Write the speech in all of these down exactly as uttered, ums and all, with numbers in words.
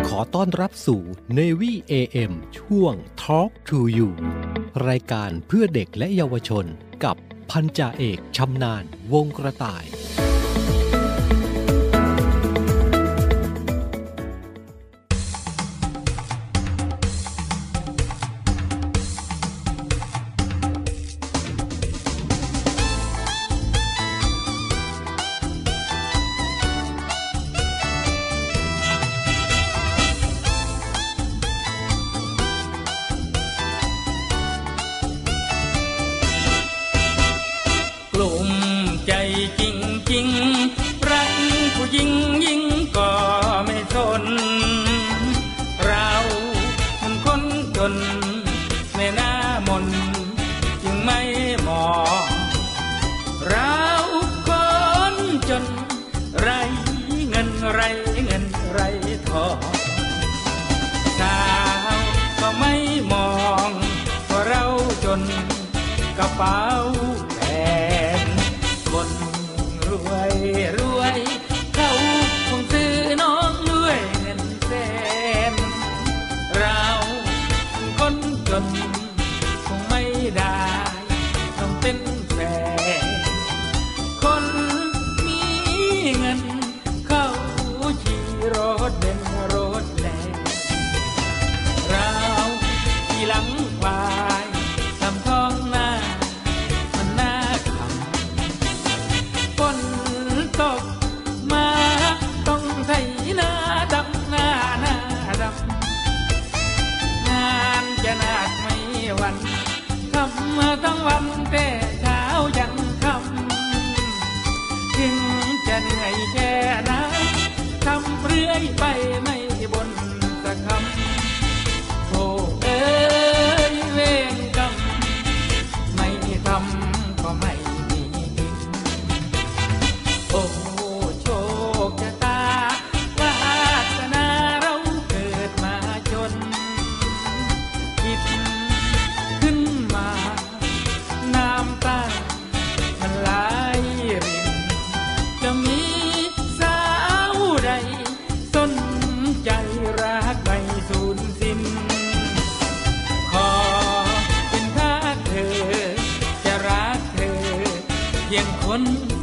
ขอต้อนรับสู่ Navy เอ เอ็ม ช่วง Talk to You รายการเพื่อเด็กและเยาวชนกับพันจ่าเอกชำนาญวงกระต่ายกระเป๋าแบนคนรวยรวยเขาคงซื้อน้องด้วยเงินแสนเราคนจนคงไม่ได้ต้องเป็นแฟนคนมีเงินเขาขี่รถเบนซ์รถแรงเราขี่หลังควายทำท้องนาตกมาต้องไถนาดำนาหน้าดำงานจะหนักไม่หวั่นทำทั้งวันแต่เช้ายันค่ำถึงจะเหนื่อยแค่ไหนทำเรื่อยไปไม่บ่นสักคำโธ่เอ้ยเวรกรรมไม่ทำก็ไม่โอ้โชคชะตาวาสนาเราเกิดมาจนคิดขึ้นมาน้ำตามันไหลรินจะมีสาวใดสนใจรักไม่สูญสิ้นขอเป็นทาสเธอจะรักเธอเพียงคน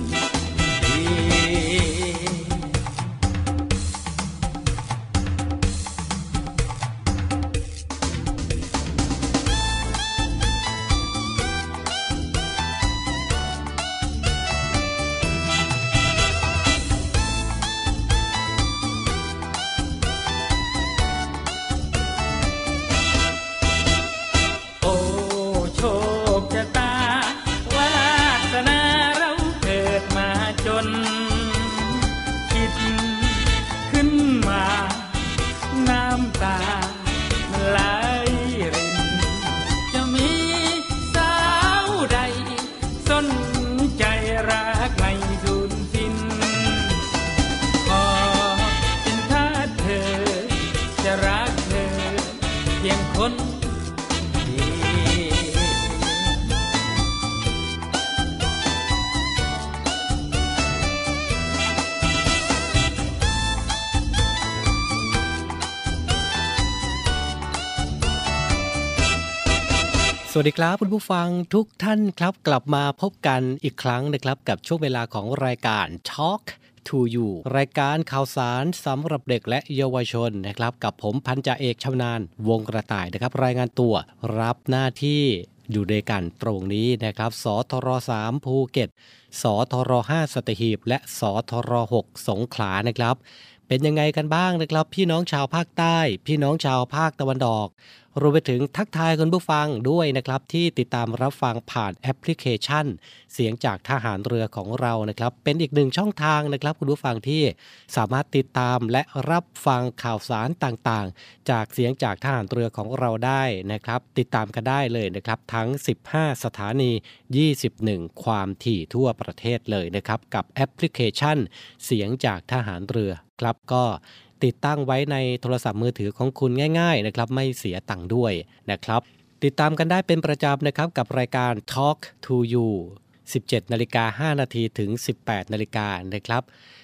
สวัสดีครับคุณผู้ฟังทุกท่านครับกลับมาพบกันอีกครั้งนะครับกับช่วงเวลาของรายการ Talk to You รายการข่าวสารสำหรับเด็กและเยาวชนนะครับกับผมพันจ่าเอกชำนาญวงกระต่ายนะครับรายงานตัวรับหน้าที่อยู่ด้วยกันตรงนี้นะครับสทรสามภูเก็ตสทรห้าสัตหีบและสทรหกสงขลานะครับเป็นยังไงกันบ้างนะครับพี่น้องชาวภาคใต้พี่น้องชาวภาคตะวันออกรวมไปถึงทักทายคุณผู้ฟังด้วยนะครับที่ติดตามรับฟังผ่านแอปพลิเคชันเสียงจากทหารเรือของเรานะครับเป็นอีกหนึ่งช่องทางนะครับคุณผู้ฟังที่สามารถติดตามและรับฟังข่าวสารต่างๆจากเสียงจากทหารเรือของเราได้นะครับติดตามกันได้เลยนะครับทั้งสิบห้าสถานียี่สิบเอ็ดความถี่ทั่วประเทศเลยนะครับกับแอปพลิเคชันเสียงจากทหารเรือครับก็ติดตั้งไว้ในโทรศัพท์มือถือของคุณง่ายๆนะครับไม่เสียตังค์ด้วยนะครับติดตามกันได้เป็นประจำนะครับกับรายการ Talk to You สิบเจ็ดนาฬิกาห้านาทีถึงสิบแปดนาฬิกานะครับใน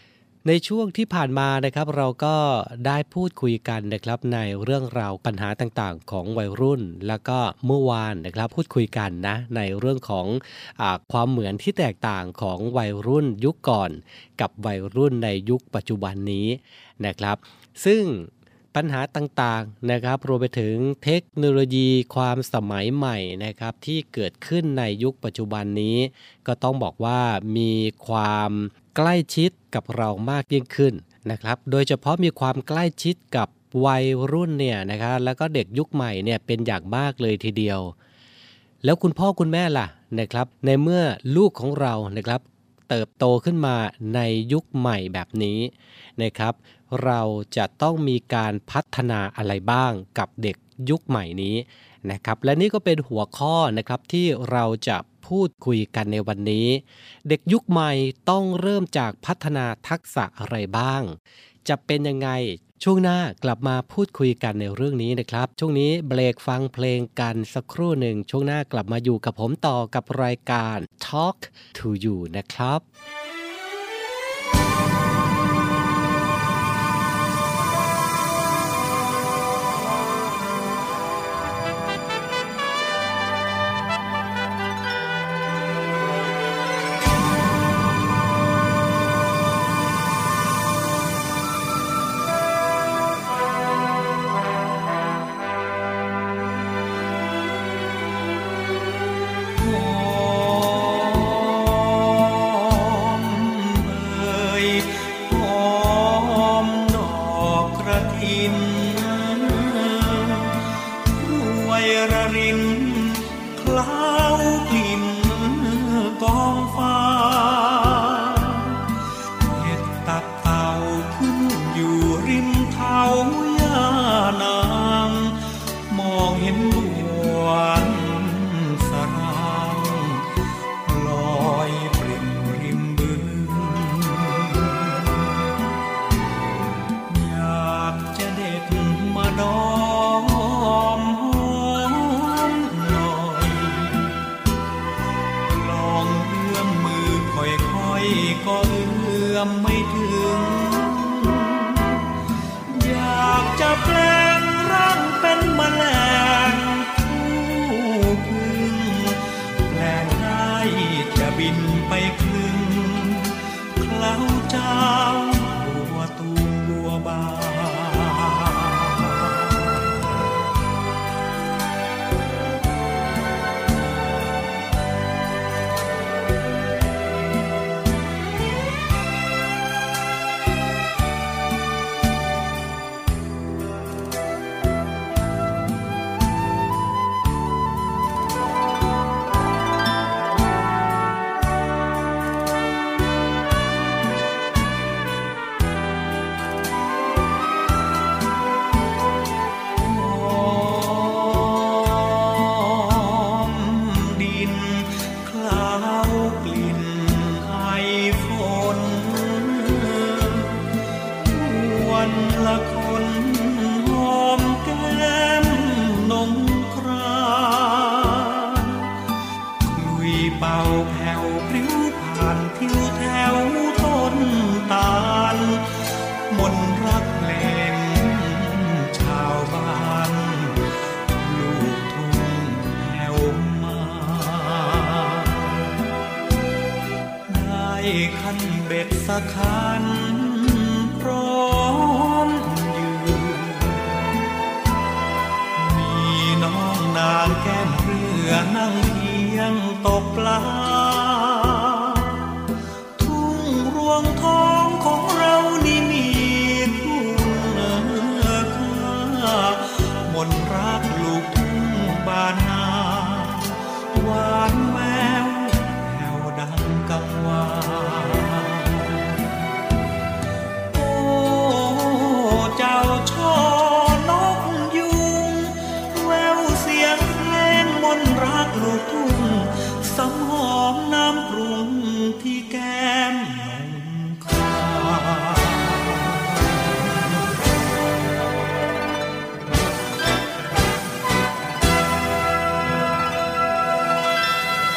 ในช่วงที่ผ่านมานะครับเราก็ได้พูดคุยกันนะครับในเรื่องราวปัญหาต่างๆของวัยรุ่นแล้วก็เมื่อวานนะครับพูดคุยกันนะในเรื่องของอ่าความเหมือนที่แตกต่างของวัยรุ่นยุคก่อนกับวัยรุ่นในยุคปัจจุบันนี้นะครับซึ่งปัญหาต่างๆนะครับรวมไปถึงเทคโนโลยีความสมัยใหม่นะครับที่เกิดขึ้นในยุคปัจจุบันนี้ก็ต้องบอกว่ามีความใกล้ชิดกับเรามากยิ่งขึ้นนะครับโดยเฉพาะมีความใกล้ชิดกับวัยรุ่นเนี่ยนะครับแล้วก็เด็กยุคใหม่เนี่ยเป็นอย่างมากเลยทีเดียวแล้วคุณพ่อคุณแม่ล่ะนะครับในเมื่อลูกของเรานะครับเติบโตขึ้นมาในยุคใหม่แบบนี้นะครับเราจะต้องมีการพัฒนาอะไรบ้างกับเด็กยุคใหม่นี้นะครับและนี่ก็เป็นหัวข้อนะครับที่เราจะพูดคุยกันในวันนี้เด็กยุคใหม่ต้องเริ่มจากพัฒนาทักษะอะไรบ้างจะเป็นยังไงช่วงหน้ากลับมาพูดคุยกันในเรื่องนี้นะครับช่วงนี้เบรกฟังเพลงกันสักครู่หนึ่งช่วงหน้ากลับมาอยู่กับผมต่อกับรายการ Talk to You นะครับ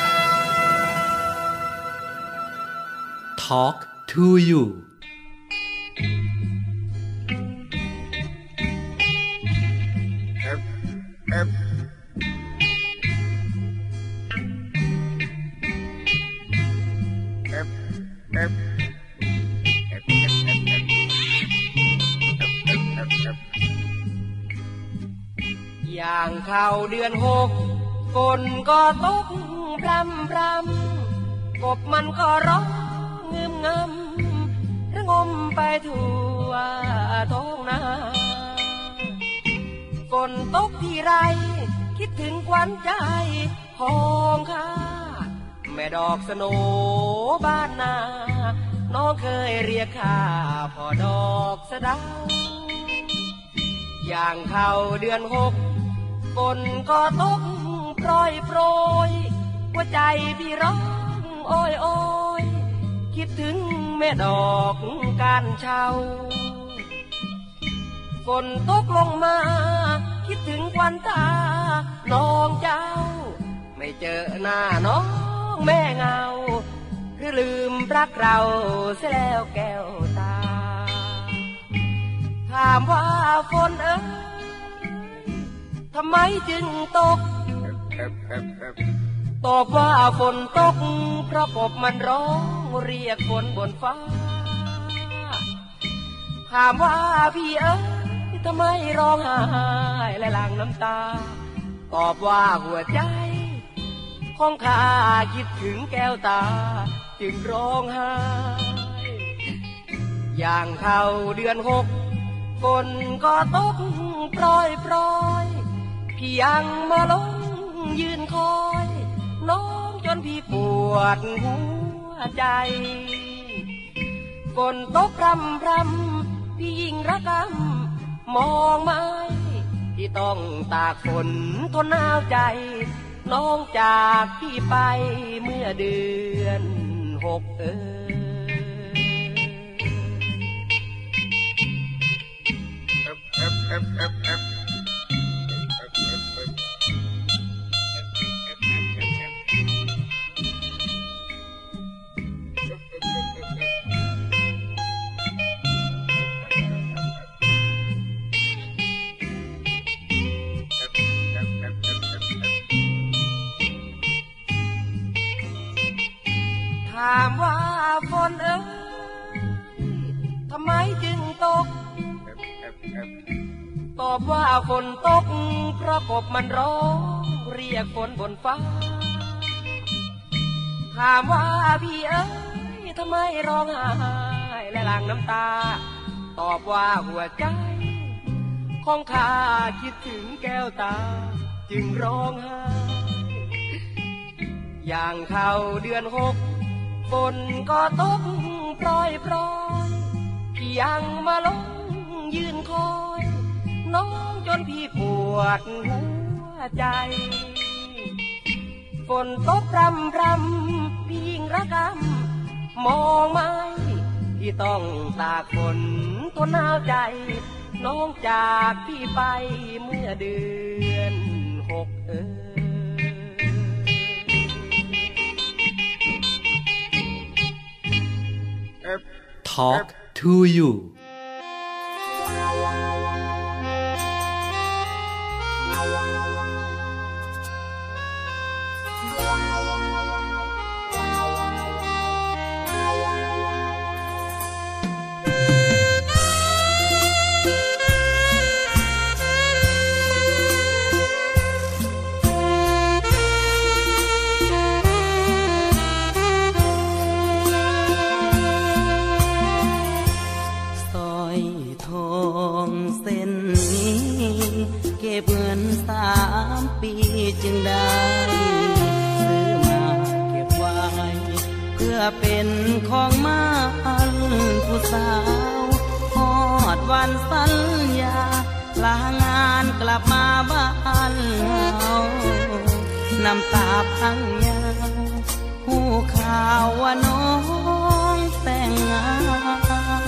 Talk to You อย่างเข้าเดือนหกฝนก็ตกพรำพรำกบมันก็ร้องงึมงำระงมไปทั่วท้องนาฝนตกที่ไรคิดถึงควันใจของข้าแม่ดอกสโนบ้านนาน้องเคยเรียกข้าพ่อดอกสะเดาอย่างเข้าเดือนหกฝนก็ตกโปรยโปรยหัวใจพี่ร้องโอ้ยโอ้ยคิดถึงแม่ดอกการเช่าฝนตกลงมาคิดถึงควันตาน้องเจ้าไม่เจอหน้าน้องแม่เงาคือลืมรักเราเสียแล้วแก้วตาถามว่าฝนเอ้ยทำไมจึงตกตอบว่าฝนตกเพราะกบมันร้องเรียกฝนบนฟ้าถามว่าพี่เอ้ยทำไมร้องไห้และหลั่งน้ำตาตอบว่าหัวใจของข้าคิดถึงแก้วตาจึงร้องไห้อย่างเข้าเดือนหกฝนก็ตกโปรยโปรยพี่ยังมาลงยืนคอยน้องจนพี่ปวดหัวใจฝนตกพรำพรำพี่ยิ่งระกำมองไหมที่ต้องตากฝนทนหนาวใจน้องจากพี่ไปเมื่อเดือนหกเอ่ยถามว่าฝนเอ้ยทำไมจึงตกตอบว่าฝนตกเพราะกบมันร้องเรียกฝนบนฟ้าถามว่าพี่เอ้ยทำไมร้องไห้และหลั่งน้ำตาตอบว่าหัวใจของข้าคิดถึงแก้วตาจึงร้องไห้อย่างเข้าเดือนหกฝนก็ตกโปรยโปรยพี่ยังมาลงยืนคอยน้องจนพี่ปวดหัวใจฝนตกพรำพรำพี่ยิ่งระกำมองไหมที่ต้องตากฝนทนหนาวใจน้องจากพี่ไปเมื่อเดือนหกเอ่ย Talk to you ปีจึงได้ซื้อมาเก็บไว้เพื่อเป็นของมั่นผู้สาวฮอดวันสัญญาลางานกลับมาบ้านเฮาน้ำตาพังยาวหูข่าวว่าน้องแต่งงาน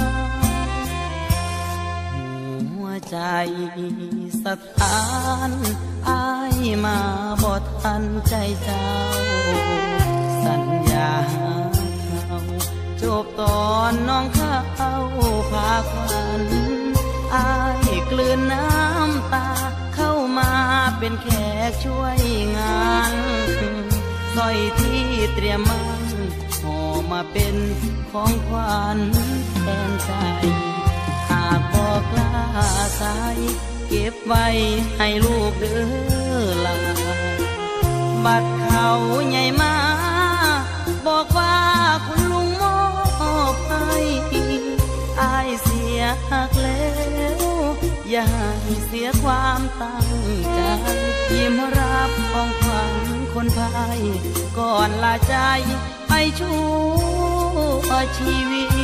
หัวใจสถานอายมาบ่ทันใจเจ้าสัญญาเขาจบตอนน้องเข้าพาควันอายกลืนน้ำตาเข้ามาเป็นแขกช่วยงานสร้อยที่เตรียมมันห่อมาเป็นของขวัญแทนใจหากบอกลาสายเก็บก็บไว้ให้ลูกเด้อลาบัดเขาใหญ่มาบอกว่าคุณลุงมอบให้อายเสียหักแล้วอย่าให้เสียความตั้งใจยิ้มรับของขวัญคนพายก่อนลาใจไปชั่วชีวิต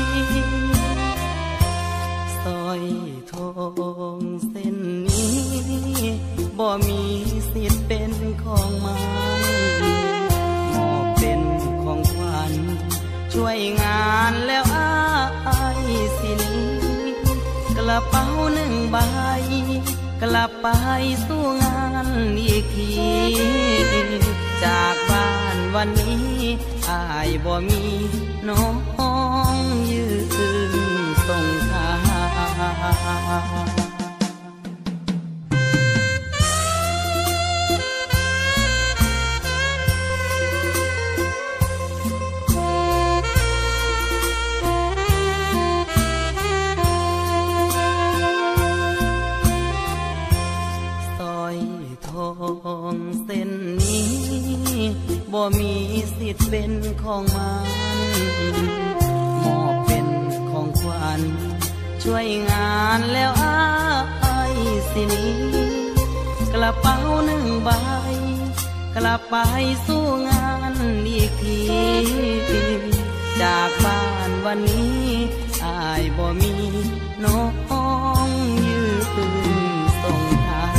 สร้อยทองเส้นนี้บ่มีสิทธิ์เป็นของมันมอบเป็นของขวัญช่วยงานแล้วอายสินี้กระเป๋าหนึ่งใบกลับไปสู้งานอีกทีจากบ้านวันนี้อายบ่มีน้องยืนส่งทางเส้นนี้บ่มีสิทธิ์เป็นของมันมอบเป็นของขวัญช่วยงานแล้วอายสินี้กระเป๋าหนึ่งใบกลับไปสู้งานอีกทีจากบ้านวันนี้อายบ่มีน้องยืนส่งทาง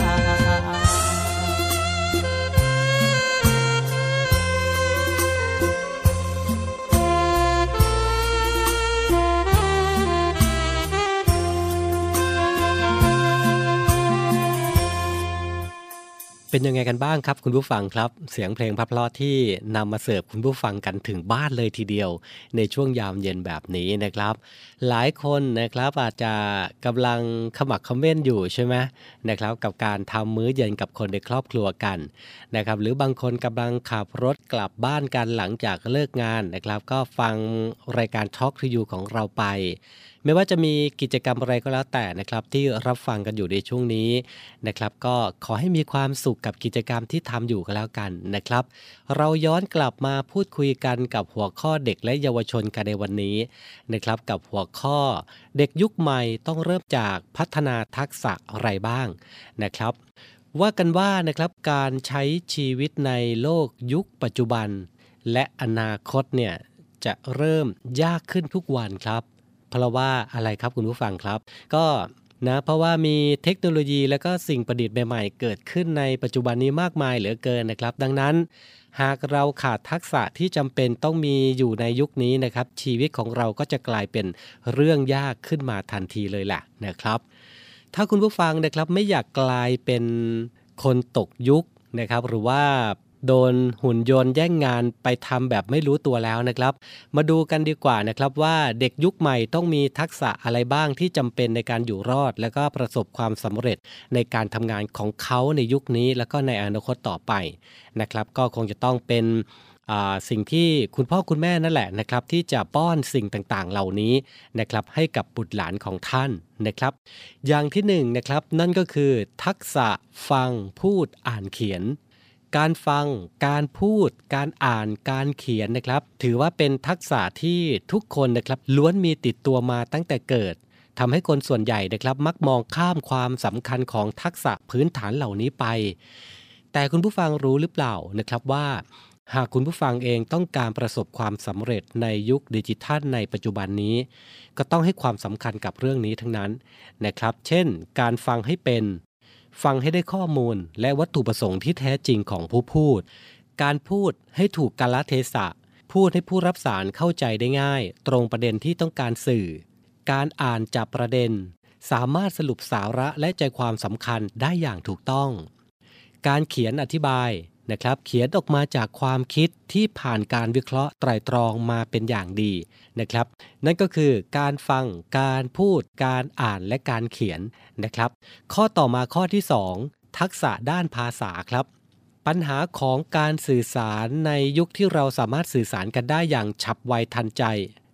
เป็นยังไงกันบ้างครับคุณผู้ฟังครับเสียงเพลงเพราะๆที่นำมาเสิร์ฟคุณผู้ฟังกันถึงบ้านเลยทีเดียวในช่วงยามเย็นแบบนี้นะครับหลายคนนะครับอาจจะกำลังขมักเขม้นอยู่ใช่ไหมนะครับกับการทำมื้อเย็นกับคนในครอบครัวกันนะครับหรือบางคนกำลังขับรถกลับบ้านกันหลังจากเลิกงานนะครับก็ฟังรายการ Talk to You ของเราไปไม่ว่าจะมีกิจกรรมอะไรก็แล้วแต่นะครับที่รับฟังกันอยู่ในช่วงนี้นะครับก็ขอให้มีความสุขกับกิจกรรมที่ทำอยู่ก็แล้วกันนะครับเราย้อนกลับมาพูดคุยกันกับหัวข้อเด็กและเยาวชนกันในวันนี้นะครับกับหัวข้อเด็กยุคใหม่ต้องเริ่มจากพัฒนาทักษะอะไรบ้างนะครับว่ากันว่านะครับการใช้ชีวิตในโลกยุคปัจจุบันและอนาคตเนี่ยจะเริ่มยากขึ้นทุกวันครับเพราะว่าอะไรครับคุณผู้ฟังครับก็นะเพราะว่ามีเทคโนโลยีและก็สิ่งประดิษฐ์ใหม่ๆเกิดขึ้นในปัจจุบันนี้มากมายเหลือเกินนะครับดังนั้นหากเราขาดทักษะที่จำเป็นต้องมีอยู่ในยุคนี้นะครับชีวิตของเราก็จะกลายเป็นเรื่องยากขึ้นมาทันทีเลยแหละนะครับถ้าคุณผู้ฟังนะครับไม่อยากกลายเป็นคนตกยุคนะครับหรือว่าโดนหุ่นยนต์แย่งงานไปทำแบบไม่รู้ตัวแล้วนะครับมาดูกันดีกว่านะครับว่าเด็กยุคใหม่ต้องมีทักษะอะไรบ้างที่จำเป็นในการอยู่รอดและก็ประสบความสำเร็จในการทำงานของเขาในยุคนี้แล้วก็ในอนาคตต่อไปนะครับก็คงจะต้องเป็นสิ่งที่คุณพ่อคุณแม่นั่นแหละนะครับที่จะป้อนสิ่งต่างๆเหล่านี้นะครับให้กับบุตรหลานของท่านนะครับอย่างที่หนึ่งนะครับนั่นก็คือทักษะฟังพูดอ่านเขียนการฟังการพูดการอ่านการเขียนนะครับถือว่าเป็นทักษะที่ทุกคนนะครับล้วนมีติดตัวมาตั้งแต่เกิดทำให้คนส่วนใหญ่นะครับมักมองข้ามความสำคัญของทักษะพื้นฐานเหล่านี้ไปแต่คุณผู้ฟังรู้หรือเปล่านะครับว่าหากคุณผู้ฟังเองต้องการประสบความสำเร็จในยุคดิจิทัลในปัจจุบันนี้ก็ต้องให้ความสำคัญกับเรื่องนี้ทั้งนั้นนะครับเช่นการฟังให้เป็นฟังให้ได้ข้อมูลและวัตถุประสงค์ที่แท้จริงของผู้พูดการพูดให้ถูกกาลเทศะพูดให้ผู้รับสารเข้าใจได้ง่ายตรงประเด็นที่ต้องการสื่อการอ่านจับประเด็นสามารถสรุปสาระและใจความสำคัญได้อย่างถูกต้องการเขียนอธิบายนะครับเขียนออกมาจากความคิดที่ผ่านการวิเคราะห์ไตร่ตรองมาเป็นอย่างดีนะครับนั่นก็คือการฟังการพูดการอ่านและการเขียนนะครับข้อต่อมาข้อที่สองทักษะด้านภาษาครับปัญหาของการสื่อสารในยุคที่เราสามารถสื่อสารกันได้อย่างฉับไวทันใจ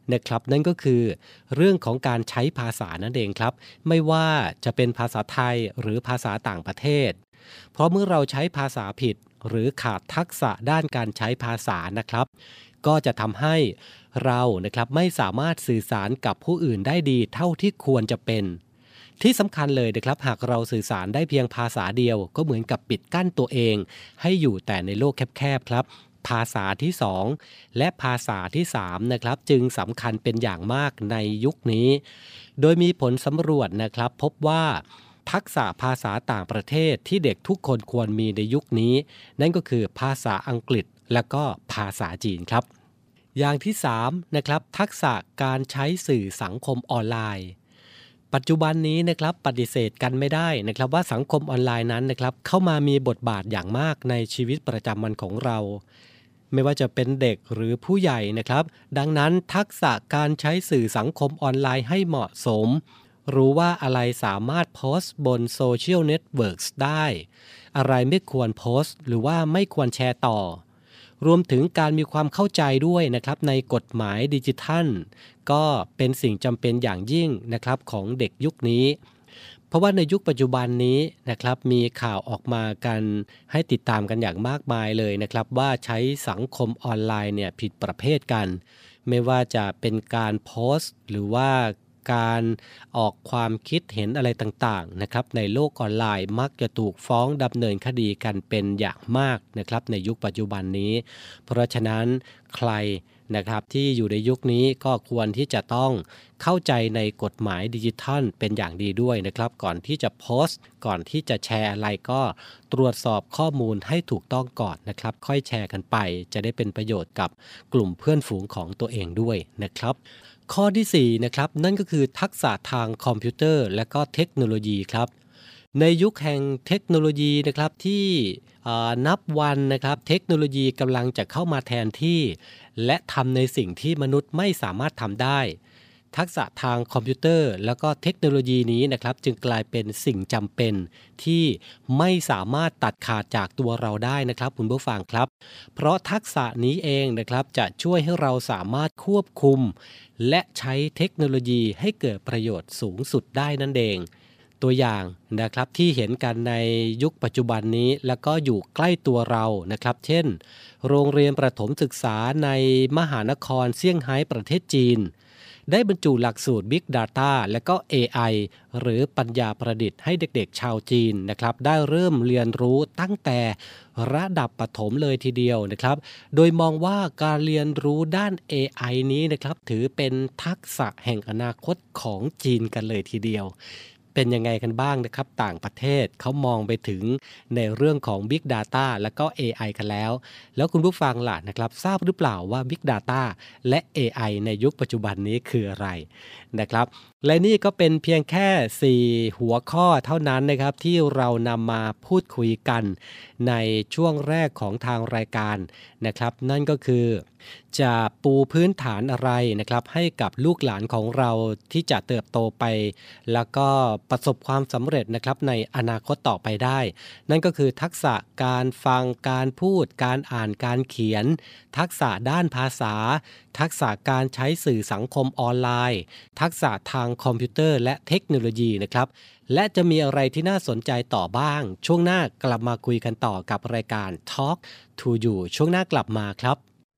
นะครับนั่นก็คือเรื่องของการใช้ภาษานั่นเองครับไม่ว่าจะเป็นภาษาไทยหรือภาษาต่างประเทศเพราะเมื่อเราใช้ภาษาผิดหรือขาดทักษะด้านการใช้ภาษานะครับก็จะทำให้เรานะครับไม่สามารถสื่อสารกับผู้อื่นได้ดีเท่าที่ควรจะเป็นที่สำคัญเลยนะครับหากเราสื่อสารได้เพียงภาษาเดียวก็เหมือนกับปิดกั้นตัวเองให้อยู่แต่ในโลกแคบๆครับภาษาที่สองและภาษาที่สามนะครับจึงสำคัญเป็นอย่างมากในยุคนี้โดยมีผลสำรวจนะครับพบว่าทักษะภาษาต่างประเทศที่เด็กทุกคนควรมีในยุคนี้นั่นก็คือภาษาอังกฤษและก็ภาษาจีนครับอย่างที่สามนะครับทักษะการใช้สื่อสังคมออนไลน์ปัจจุบันนี้นะครับปฏิเสธกันไม่ได้นะครับว่าสังคมออนไลน์นั้นนะครับเข้ามามีบทบาทอย่างมากในชีวิตประจำวันของเราไม่ว่าจะเป็นเด็กหรือผู้ใหญ่นะครับดังนั้นทักษะการใช้สื่อสังคมออนไลน์ให้เหมาะสมรู้ว่าอะไรสามารถโพสต์บนโซเชียลเน็ตเวิร์กได้อะไรไม่ควรโพสต์หรือว่าไม่ควรแชร์ต่อรวมถึงการมีความเข้าใจด้วยนะครับในกฎหมายดิจิทัลก็เป็นสิ่งจำเป็นอย่างยิ่งนะครับของเด็กยุคนี้เพราะว่าในยุคปัจจุบันนี้นะครับมีข่าวออกมากันให้ติดตามกันอย่างมากมายเลยนะครับว่าใช้สังคมออนไลน์เนี่ยผิดประเภทกันไม่ว่าจะเป็นการโพสต์หรือว่าการออกความคิดเห็นอะไรต่างๆนะครับในโลกออนไลน์มักจะถูกฟ้องดำเนินคดีกันเป็นอย่างมากนะครับในยุคปัจจุบันนี้เพราะฉะนั้นใครนะครับที่อยู่ในยุคนี้ก็ควรที่จะต้องเข้าใจในกฎหมายดิจิทัลเป็นอย่างดีด้วยนะครับก่อนที่จะโพสต์ก่อนที่จะแชร์อะไรก็ตรวจสอบข้อมูลให้ถูกต้องก่อนนะครับค่อยแชร์กันไปจะได้เป็นประโยชน์กับกลุ่มเพื่อนฝูงของตัวเองด้วยนะครับข้อที่สี่นะครับนั่นก็คือทักษะทางคอมพิวเตอร์และก็เทคโนโลยีครับในยุคแห่งเทคโนโลยีนะครับที่นับวันนะครับเทคโนโลยีกำลังจะเข้ามาแทนที่และทำในสิ่งที่มนุษย์ไม่สามารถทำได้ทักษะทางคอมพิวเตอร์แล้วก็เทคโนโลยีนี้นะครับจึงกลายเป็นสิ่งจำเป็นที่ไม่สามารถตัดขาดจากตัวเราได้นะครับคุณผู้ฟังครับเพราะทักษะนี้เองนะครับจะช่วยให้เราสามารถควบคุมและใช้เทคโนโลยีให้เกิดประโยชน์สูงสุดได้นั่นเองตัวอย่างนะครับที่เห็นกันในยุคปัจจุบันนี้แล้วก็อยู่ใกล้ตัวเรานะครับเช่นโรงเรียนประถมศึกษาในมหานครเซี่ยงไฮ้ประเทศจีนได้บรรจุหลักสูตร Big Data และก็ เอ ไอ หรือปัญญาประดิษฐ์ให้เด็กๆชาวจีนนะครับได้เริ่มเรียนรู้ตั้งแต่ระดับประถมเลยทีเดียวนะครับโดยมองว่าการเรียนรู้ด้าน เอ ไอ นี้นะครับถือเป็นทักษะแห่งอนาคตของจีนกันเลยทีเดียวเป็นยังไงกันบ้างนะครับต่างประเทศเขามองไปถึงในเรื่องของ Big Data และก็ เอ ไอ กันแล้วแล้วคุณผู้ฟังล่ะนะครับทราบหรือเปล่าว่า Big Data และ เอ ไอ ในยุคปัจจุบันนี้คืออะไรนะครับและนี่ก็เป็นเพียงแค่สี่หัวข้อเท่านั้นนะครับที่เรานำมาพูดคุยกันในช่วงแรกของทางรายการนะครับนั่นก็คือจะปูพื้นฐานอะไรนะครับให้กับลูกหลานของเราที่จะเติบโตไปแล้วก็ประสบความสำเร็จนะครับในอนาคตต่อไปได้นั่นก็คือทักษะการฟังการพูดการอ่านการเขียนทักษะด้านภาษาทักษะการใช้สื่อสังคมออนไลน์ทักษะทางคอมพิวเตอร์และเทคโนโลยีนะครับและจะมีอะไรที่น่าสนใจต่อบ้างช่วงหน้ากลับมาคุยกันต่อกับรายการ Talk to You ช่วงหน้ากลับมาครับ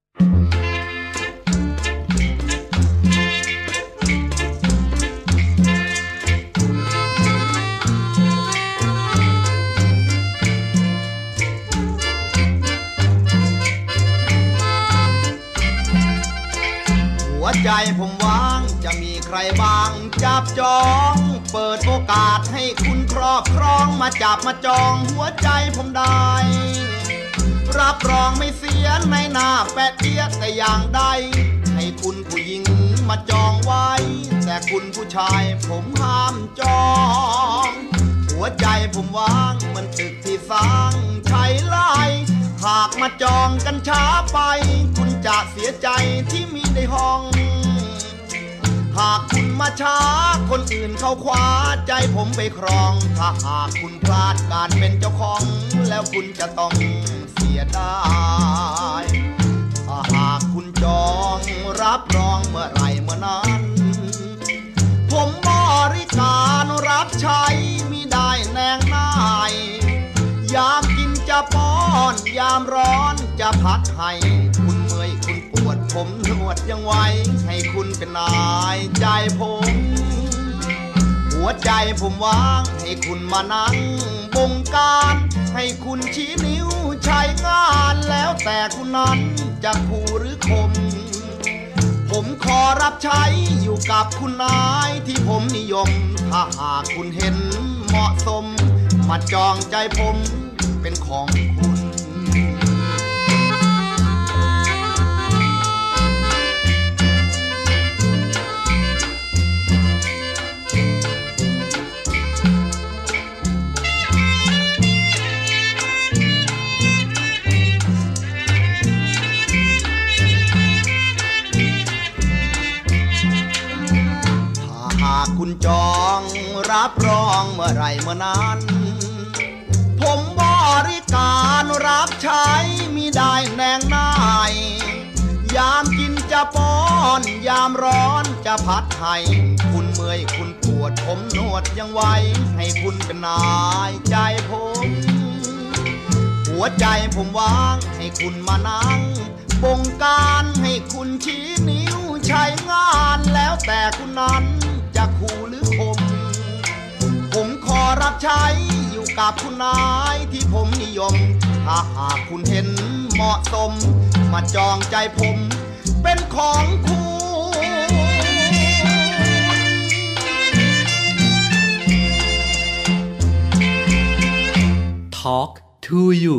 หัวใจผมว่างจะมีใครบ้างจับจองเปิดโอกาสให้คุณครอบครองมาจับมาจองหัวใจผมได้รับรองไม่เสียในหน้าแปะเตี้ยแต่อย่างใดให้คุณผู้หญิงมาจองไว้แต่คุณผู้ชายผมห้ามจองหัวใจผมว่างเหมือนตึกที่สร้างใช้ไล่หากมาจองกันช้าไปคุณจะเสียใจที่มีในห้องหากคุณมาช้าคนอื่นเขาคว้าใจผมไปครองถ้าหากคุณพลาดการเป็นเจ้าของแล้วคุณจะต้องเสียดายถ้าหากคุณจองรับรองเมื่อไรามร้อนจะพัดให้คุณเมื่อยคุณปวดผมนวดยังไว้ให้คุณเป็นนายใจผมหัวใจผมว่างให้คุณมานั่งบงการให้คุณชี้นิ้วใช้งานแล้วแต่คุณนั้นจะคู่หรือคมผมขอรับใช้อยู่กับคุณนายที่ผมนิยมถ้าหากคุณเห็นเหมาะสมมาจองใจผมเป็นของคุณคุณจองรับรองเมื่อไรเมื่อนั้นผมบริการรับใช้มิได้แนงนายยามกินจะป้อนยามร้อนจะพัดให้คุณเมื่อยคุณปวดผมนวดยังไว้ให้คุณเป็นนายใจผมหัวใจผมว่างให้คุณมานั่งบงการให้คุณชี้นิ้วใช้งานแล้วแต่คุณนั้นจะคู่หรือคมผมขอรับใช้อยู่กับคุณนายที่ผมนิยมถ้าหากคุณเห็นเหมาะสมมาจองใจผมเป็นของคุณ Talk to you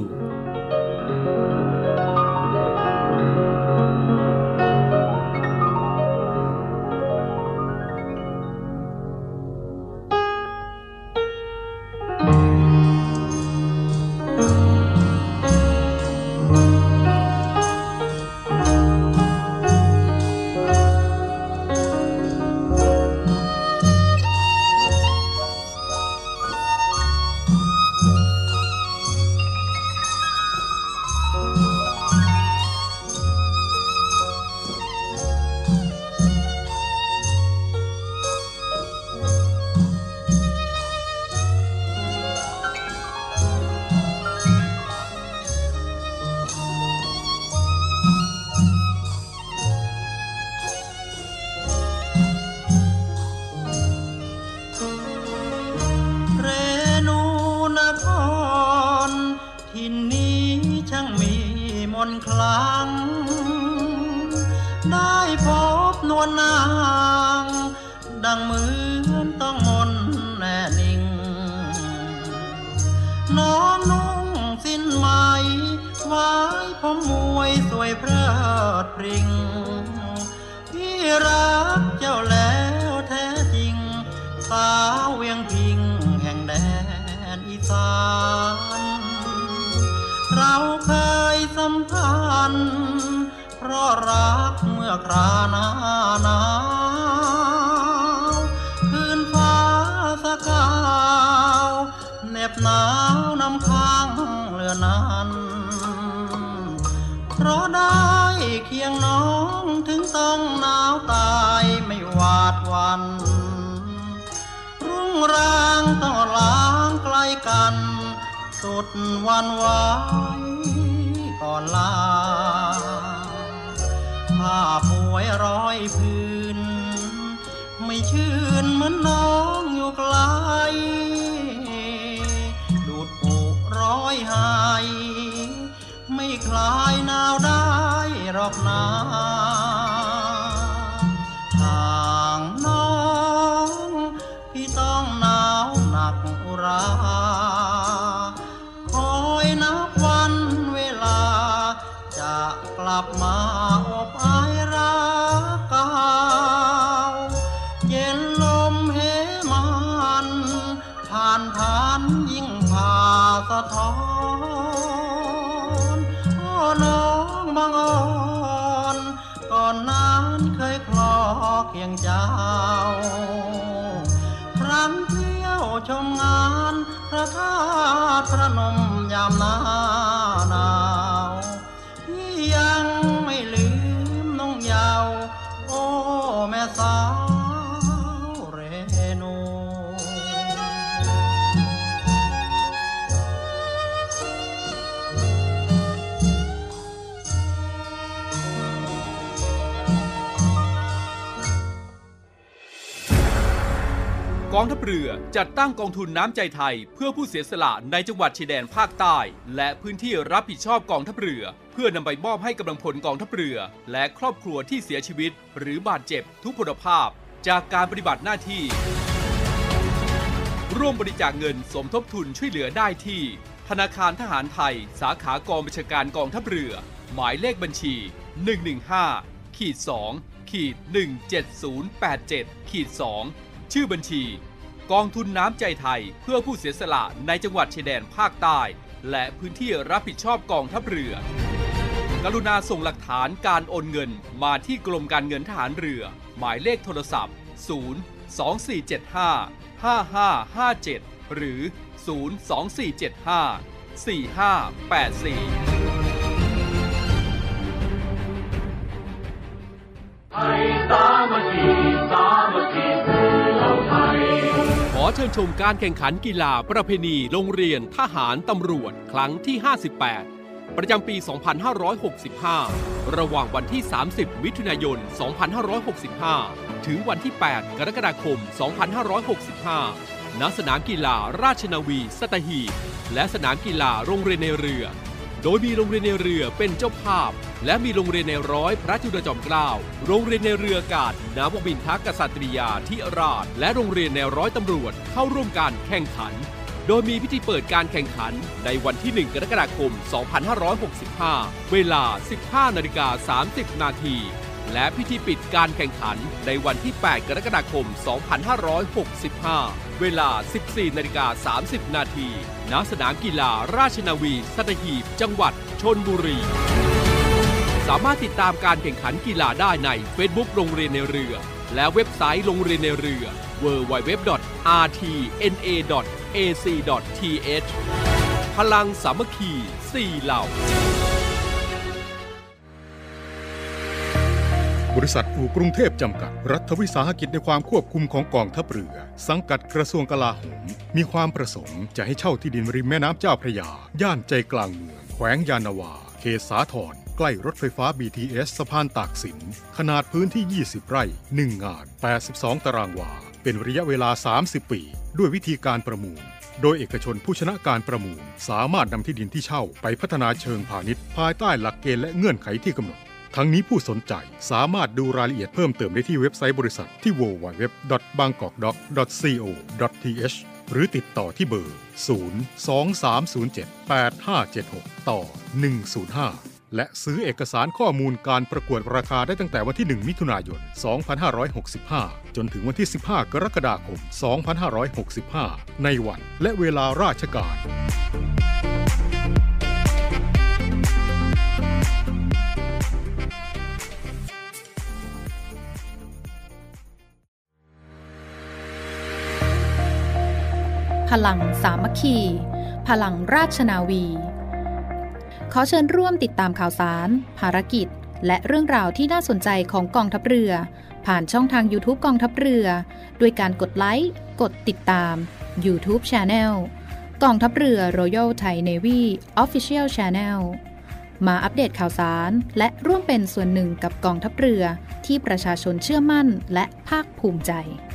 สุดวันไหวก่อนลาผ้าป่วยร้อยพื้นไม่ชื่นเหมือนน้องอยู่ไกลดูดปุร้อยหายไม่คลายหนาวได้หรอกนาห่างน้องพี่ต้องหนาวหนักอุรากลับมาอบอายรักเก่าเย็นลมเหมันผ่านผ่านยิ่งผ่าสะท้อนโอ้น้องบางอ่อนก่อนนั้นเคยคลอเคียงเจ้าครั้งเที่ยวชมงานพระธาตุพระนมยามหน้าหนาวยังไม่ลืมน้องยาวโอ้แม่สาวเรนูทองทัพเรือจัดตั้งกองทุนน้ำใจไทยเพื่อผู้เสียสละในจังหวัดชายแดนภาคใต้และพื้นที่รับผิดชอบกองทัพเรือเพื่อนำไปมอบให้กำลังพลกองทัพเรือและครอบครัวที่เสียชีวิตหรือบาดเจ็บทุพพลภาพจากการปฏิบัติหน้าที่ร่วมบริจาคเงินสมทบทุนช่วยเหลือได้ที่ธนาคารทหารไทยสาขากองบัญชาการกองทัพเรือหมายเลขบัญชี หนึ่ง หนึ่ง ห้า สอง หนึ่ง เจ็ด ศูนย์ แปด เจ็ด สอง ชื่อบัญชีกองทุนน้ำใจไทยเพื่อผู้เสียสละในจังหวัดชายแดนภาคใต้และพื้นที่รับผิดชอบกองทัพเรือกรุณาส่งหลักฐานการโอนเงินมาที่กรมการเงินทหารเรือหมายเลขโทรศัพท์ ศูนย์ สอง สี่ เจ็ด ห้า ห้า ห้า ห้า เจ็ด หรือ ศูนย์ สอง สี่ เจ็ด ห้า สี่ ห้า แปด สี่ไทยสามัคคีสามัคคีคือเราไทยขอเชิญชมการแข่งขันกีฬาประเพณีโรงเรียนทหารตำรวจครั้งที่ ห้าสิบแปด ประจำปี สองพันห้าร้อยหกสิบห้า ระหว่างวันที่ สามสิบ มิถุนายน สองพันห้าร้อยหกสิบห้า ถึงวันที่ แปด กรกฎาคม สองพันห้าร้อยหกสิบห้า ณ สนามกีฬาราชนาวีสัตหีบและสนามกีฬาโรงเรียนในเรือโดยมีโรงเรียนในเรือเป็นเจ้าภาพและมีโรงเรียนในร้อยพระจุลจอมเกล้าโรงเรียนในเรืออากาศนวมินทรกษัตริยาธิราชและโรงเรียนในร้อยตำรวจเข้าร่วมการแข่งขันโดยมีพิธีเปิดการแข่งขันในวันที่ หนึ่ง กรกฎาคม สองพันห้าร้อยหกสิบห้า เวลา สิบห้านาฬิกาสามสิบ นาทีและพิธีปิดการแข่งขันในวันที่ แปด กรกฎาคม สองพันห้าร้อยหกสิบห้า เวลา สิบสี่นาฬิกาสามสิบ นาทีณ สนามกีฬาราชนาวีสัตหีบจังหวัดชลบุรีสามารถติดตามการแข่งขันกีฬาได้ใน Facebook โรงเรียนในเรือและเว็บไซต์โรงเรียนในเรือ ดับเบิลยู ดับเบิลยู ดับเบิลยู ดอท อาร์ ที เอ็น เอ ดอท เอ ซี ดอท ที เอช พลังสามัคคีสี่เหล่าบริษัทอู่กรุงเทพจำกัดรัฐวิสาหกิจในความควบคุมของกองทัพเรือสังกัดกระทรวงกลาโหมมีความประสงค์จะให้เช่าที่ดินริมแม่น้ำเจ้าพระยาย่านใจกลางเมืองแขวงยานนาวาเขตสาทรใกล้รถไฟฟ้า บี ที เอส สะพานตากสินขนาดพื้นที่ยี่สิบไร่หนึ่งงานแปดสิบสองตารางวาเป็นระยะเวลาสามสิบปีด้วยวิธีการประมูลโดยเอกชนผู้ชนะการประมูลสามารถนำที่ดินที่เช่าไปพัฒนาเชิงพาณิชย์ภายใต้หลักเกณฑ์และเงื่อนไขที่กำหนดทั้งนี้ผู้สนใจสามารถดูรายละเอียดเพิ่มเติมได้ที่เว็บไซต์บริษัทที่ ดับเบิลยู ดับเบิลยู ดับเบิลยู ดอท บางกอกด็อก ดอท ซี โอ ดอท ที เอช หรือติดต่อที่เบอร์ ศูนย์ สอง สาม ศูนย์ เจ็ด แปด ห้า เจ็ด หก ต่อ หนึ่ง ศูนย์ ห้า และซื้อเอกสารข้อมูลการประกวดราคาได้ตั้งแต่วันที่ หนึ่ง มิถุนายน สองพันห้าร้อยหกสิบห้า จนถึงวันที่ สิบห้า กรกฎาคม สองพันห้าร้อยหกสิบห้า ในวันและเวลาราชการพลังสามัคคีพลังราชนาวีขอเชิญร่วมติดตามข่าวสารภารกิจและเรื่องราวที่น่าสนใจของกองทัพเรือผ่านช่องทาง YouTube กองทัพเรือด้วยการกดไลค์กดติดตาม YouTube Channel กองทัพเรือ Royal Thai Navy Official Channel มาอัปเดตข่าวสารและร่วมเป็นส่วนหนึ่งกับกองทัพเรือที่ประชาชนเชื่อมั่นและภาคภูมิใจ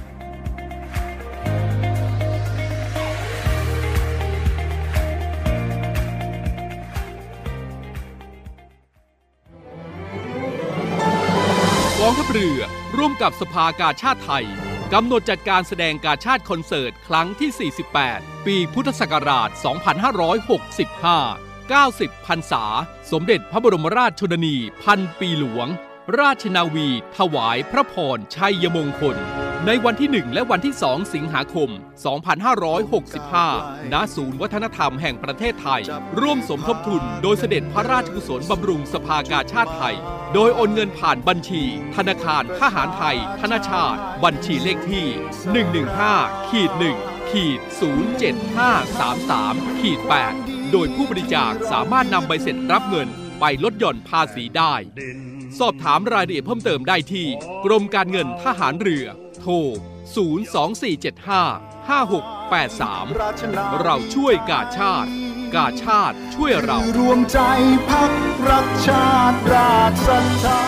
กองทัพเรือร่วมกับสภากาชาดไทยกำหนดจัดการแสดงกาชาดคอนเสิร์ตครั้งที่ สี่สิบแปด ปีพุทธศักราช สองพันห้าร้อยหกสิบห้า เก้าสิบ พรรษาสมเด็จพระบรมราชชนนีพันปีหลวงราชนาวีถวายพระพรชัยมงคลในวันที่ หนึ่ง และวันที่ สอง สิงหาคม สองพันห้าร้อยหกสิบห้า ณ ศูนย์วัฒนธรรมแห่งประเทศไทยร่วมสมทบทุนโดยเสด็จพระราชกุศลบำรุงสภากาชาดไทยโดยโอนเงินผ่านบัญชีธนาคารทหารไทยธนชาติบัญชีเลขที่ หนึ่ง หนึ่ง ห้า หนึ่ง ศูนย์ เจ็ด ห้า สาม สาม แปด โดยผู้บริจาคสามารถนำใบเสร็จรับเงินไปลดหย่อนภาษีได้สอบถามรายละเอียดเพิ่มเติมได้ที่กรมการเงินทหารเรือโทร ศูนย์ สอง สี่ เจ็ด ห้า ห้า หก แปด สาม เราช่วยกาชาติกาชาติช่วยเรารวมใจพักรักชาติราชศรัทธา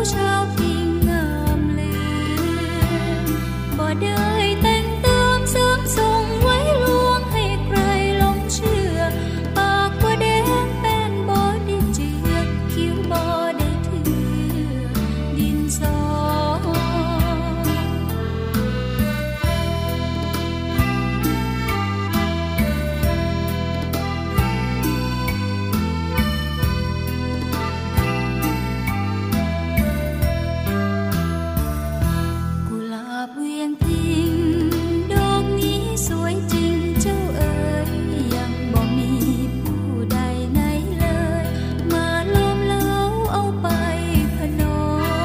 ชาวทิ้งงามลืมบ่ได้แต่งเติมเสริมส่งไว้ลวงให้ใครหลงเชื่อปากบ่แดงแป้นบ่ได้เจือคิ้วบ่ได้เถือดินสอเวียงพิงดอกนี้สวยจริงเจ้าเอ๋ยยังบ่มีผู้ใดไหนเลยมาล้อมเล้าเอาไปพนอ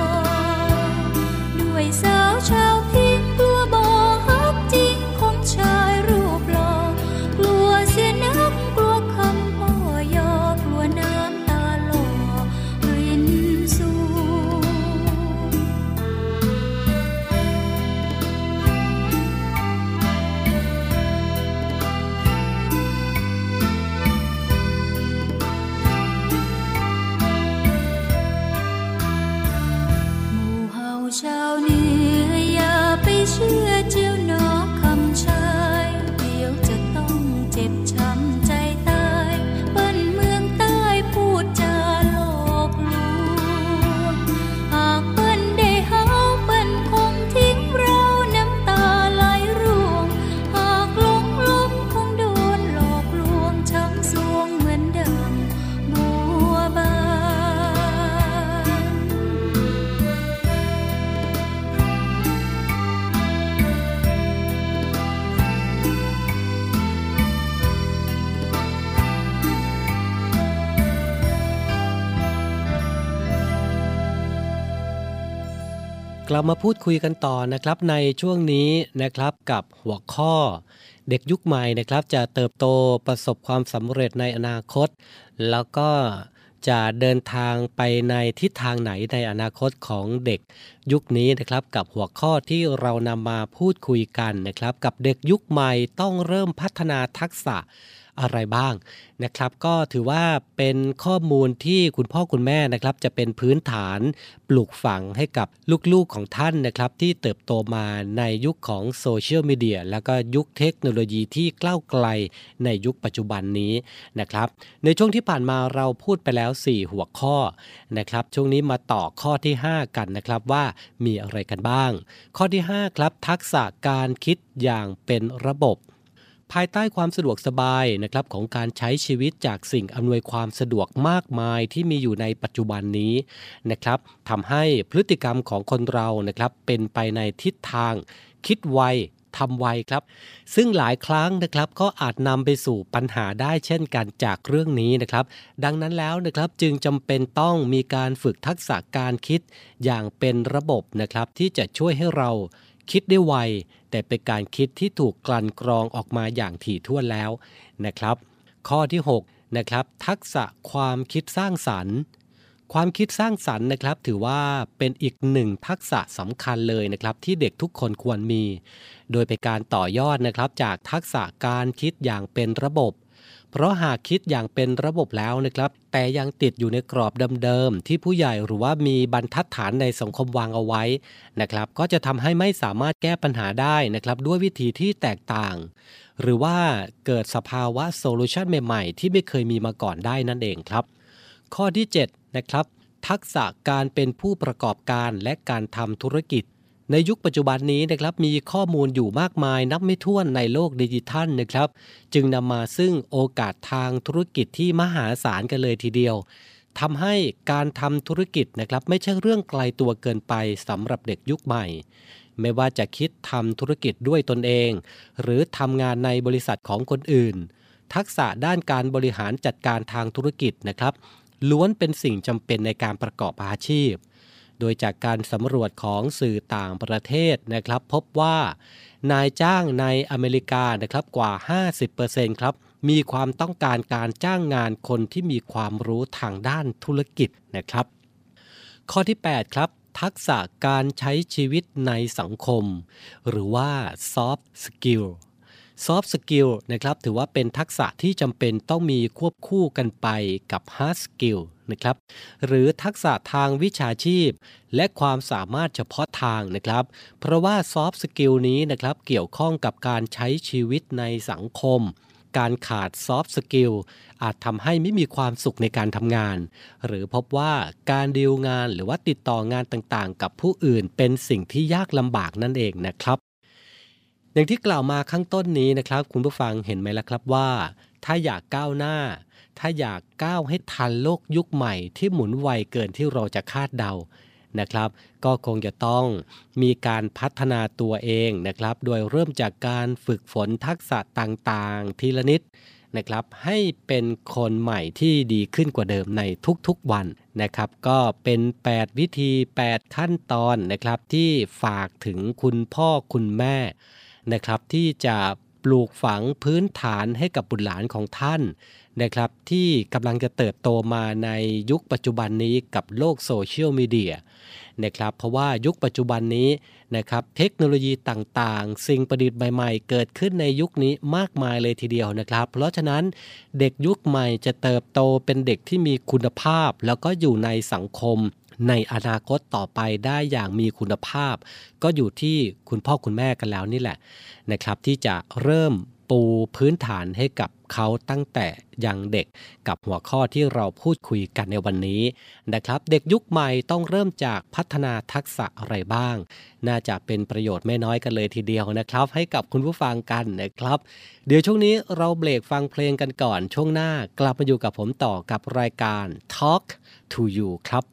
ด้วยสาวชาวพิงกลัวบ่ฮักจริงของชายรูปหล่อกลัวเสียนักกลัวคำพ่อยอกลัวน้ำตาหล่อรินสู่ชาวเหนืออย่าไปเชื่อเจ้าหนอคำชายเดี๋ยวจะต้องเจ็บช้ำใจตายเปิ้นเมืองใต้พูดจาหลอกลวงหากเปิ้นได้เฮาเปิ้นคงทิ้งเราน้ำตาไหลร่วงหากหลงล้มคงโดนหลอกลวงช้ำสวงเหมือนเดิมบัวบานกลับมาพูดคุยกันต่อนะครับในช่วงนี้นะครับกับหัวข้อเด็กยุคใหม่นะครับจะเติบโตประสบความสำเร็จในอนาคตแล้วก็จะเดินทางไปในทิศทางไหนในอนาคตของเด็กยุคนี้นะครับกับหัวข้อที่เรานำมาพูดคุยกันนะครับกับเด็กยุคใหม่ต้องเริ่มพัฒนาทักษะอะไรบ้างนะครับก็ถือว่าเป็นข้อมูลที่คุณพ่อคุณแม่นะครับจะเป็นพื้นฐานปลูกฝังให้กับลูกๆของท่านนะครับที่เติบโตมาในยุคของโซเชียลมีเดียแล้วก็ยุคเทคโนโลยีที่ก้าวไกลในยุคปัจจุบันนี้นะครับในช่วงที่ผ่านมาเราพูดไปแล้วสี่หัวข้อนะครับช่วงนี้มาต่อข้อที่ห้ากันนะครับว่ามีอะไรกันบ้างข้อที่ห้าครับทักษะการคิดอย่างเป็นระบบภายใต้ความสะดวกสบายนะครับของการใช้ชีวิตจากสิ่งอำนวยความสะดวกมากมายที่มีอยู่ในปัจจุบันนี้นะครับทำให้พฤติกรรมของคนเรานะครับเป็นไปในทิศทางคิดไวทำไวครับซึ่งหลายครั้งนะครับก็อาจนำไปสู่ปัญหาได้เช่นกันจากเรื่องนี้นะครับดังนั้นแล้วนะครับจึงจำเป็นต้องมีการฝึกทักษะการคิดอย่างเป็นระบบนะครับที่จะช่วยให้เราคิดได้ไวแต่เป็นการคิดที่ถูกกลั่นกรองออกมาอย่างถี่ถ้วนแล้วนะครับข้อที่หกนะครับทักษะความคิดสร้างสรรค์ความคิดสร้างสรรค์นะครับถือว่าเป็นอีกหนึ่งทักษะสำคัญเลยนะครับที่เด็กทุกคนควรมีโดยเป็นการต่อยอดนะครับจากทักษะการคิดอย่างเป็นระบบเพราะหากคิดอย่างเป็นระบบแล้วนะครับแต่ยังติดอยู่ในกรอบเดิมๆที่ผู้ใหญ่หรือว่ามีบรรทัดฐานในสังคมวางเอาไว้นะครับก็จะทำให้ไม่สามารถแก้ปัญหาได้นะครับด้วยวิธีที่แตกต่างหรือว่าเกิดสภาวะโซลูชันใหม่ๆที่ไม่เคยมีมาก่อนได้นั่นเองครับข้อที่เจ็ดนะครับทักษะการเป็นผู้ประกอบการและการทำธุรกิจในยุคปัจจุบันนี้นะครับมีข้อมูลอยู่มากมายนับไม่ถ้วนในโลกดิจิทัลนะครับจึงนำมาซึ่งโอกาสทางธุรกิจที่มหาศาลกันเลยทีเดียวทำให้การทำธุรกิจนะครับไม่ใช่เรื่องไกลตัวเกินไปสำหรับเด็กยุคใหม่ไม่ว่าจะคิดทำธุรกิจด้วยตนเองหรือทำงานในบริษัทของคนอื่นทักษะด้านการบริหารจัดการทางธุรกิจนะครับล้วนเป็นสิ่งจำเป็นในการประกอบอาชีพโดยจากการสำรวจของสื่อต่างประเทศนะครับพบว่านายจ้างในอเมริกานะครับกว่า ห้าสิบเปอร์เซ็นต์ ครับมีความต้องการการจ้างงานคนที่มีความรู้ทางด้านธุรกิจนะครับข้อที่แปดครับทักษะการใช้ชีวิตในสังคมหรือว่า soft skill soft skill นะครับถือว่าเป็นทักษะที่จำเป็นต้องมีควบคู่กันไปกับ hard skill นะครับหรือทักษะทางวิชาชีพและความสามารถเฉพาะทางนะครับเพราะว่าซอฟต์สกิลนี้นะครับเกี่ยวข้องกับการใช้ชีวิตในสังคมการขาดซอฟต์สกิลอาจทำให้ไม่มีความสุขในการทำงานหรือพบว่าการดีลงานหรือว่าติดต่องานต่างๆกับผู้อื่นเป็นสิ่งที่ยากลำบากนั่นเองนะครับอย่างที่กล่าวมาข้างต้นนี้นะครับคุณผู้ฟังเห็นไหมล่ะครับว่าถ้าอยากก้าวหน้าถ้าอยากก้าวให้ทันโลกยุคใหม่ที่หมุนไวเกินที่เราจะคาดเดานะครับก็คงจะต้องมีการพัฒนาตัวเองนะครับโดยเริ่มจากการฝึกฝนทักษะต่างๆทีละนิดนะครับให้เป็นคนใหม่ที่ดีขึ้นกว่าเดิมในทุกๆวันนะครับก็เป็นแปดวิธีแปดขั้นตอนนะครับที่ฝากถึงคุณพ่อคุณแม่นะครับที่จะปลูกฝังพื้นฐานให้กับบุตรหลานของท่านนะครับที่กำลังจะเติบโตมาในยุคปัจจุบันนี้กับโลกโซเชียลมีเดียนะครับเพราะว่ายุคปัจจุบันนี้นะครับเทคโนโลยีต่างๆสิ่งประดิษฐ์ใหม่ๆเกิดขึ้นในยุคนี้มากมายเลยทีเดียวนะครับเพราะฉะนั้นเด็กยุคใหม่จะเติบโตเป็นเด็กที่มีคุณภาพแล้วก็อยู่ในสังคมในอนาคตต่อไปได้อย่างมีคุณภาพก็อยู่ที่คุณพ่อคุณแม่กันแล้วนี่แหละนะครับที่จะเริ่มปูพื้นฐานให้กับเขาตั้งแต่ยังเด็กกับหัวข้อที่เราพูดคุยกันในวันนี้นะครับเด็กยุคใหม่ต้องเริ่มจากพัฒนาทักษะอะไรบ้างน่าจะเป็นประโยชน์ไม่น้อยกันเลยทีเดียวนะครับให้กับคุณผู้ฟังกันนะครับเดี๋ยวช่วงนี้เราเบรกฟังเพลงกันก่อนช่วงหน้ากลับมาอยู่กับผมต่อกับรายการ Talk to You ครับ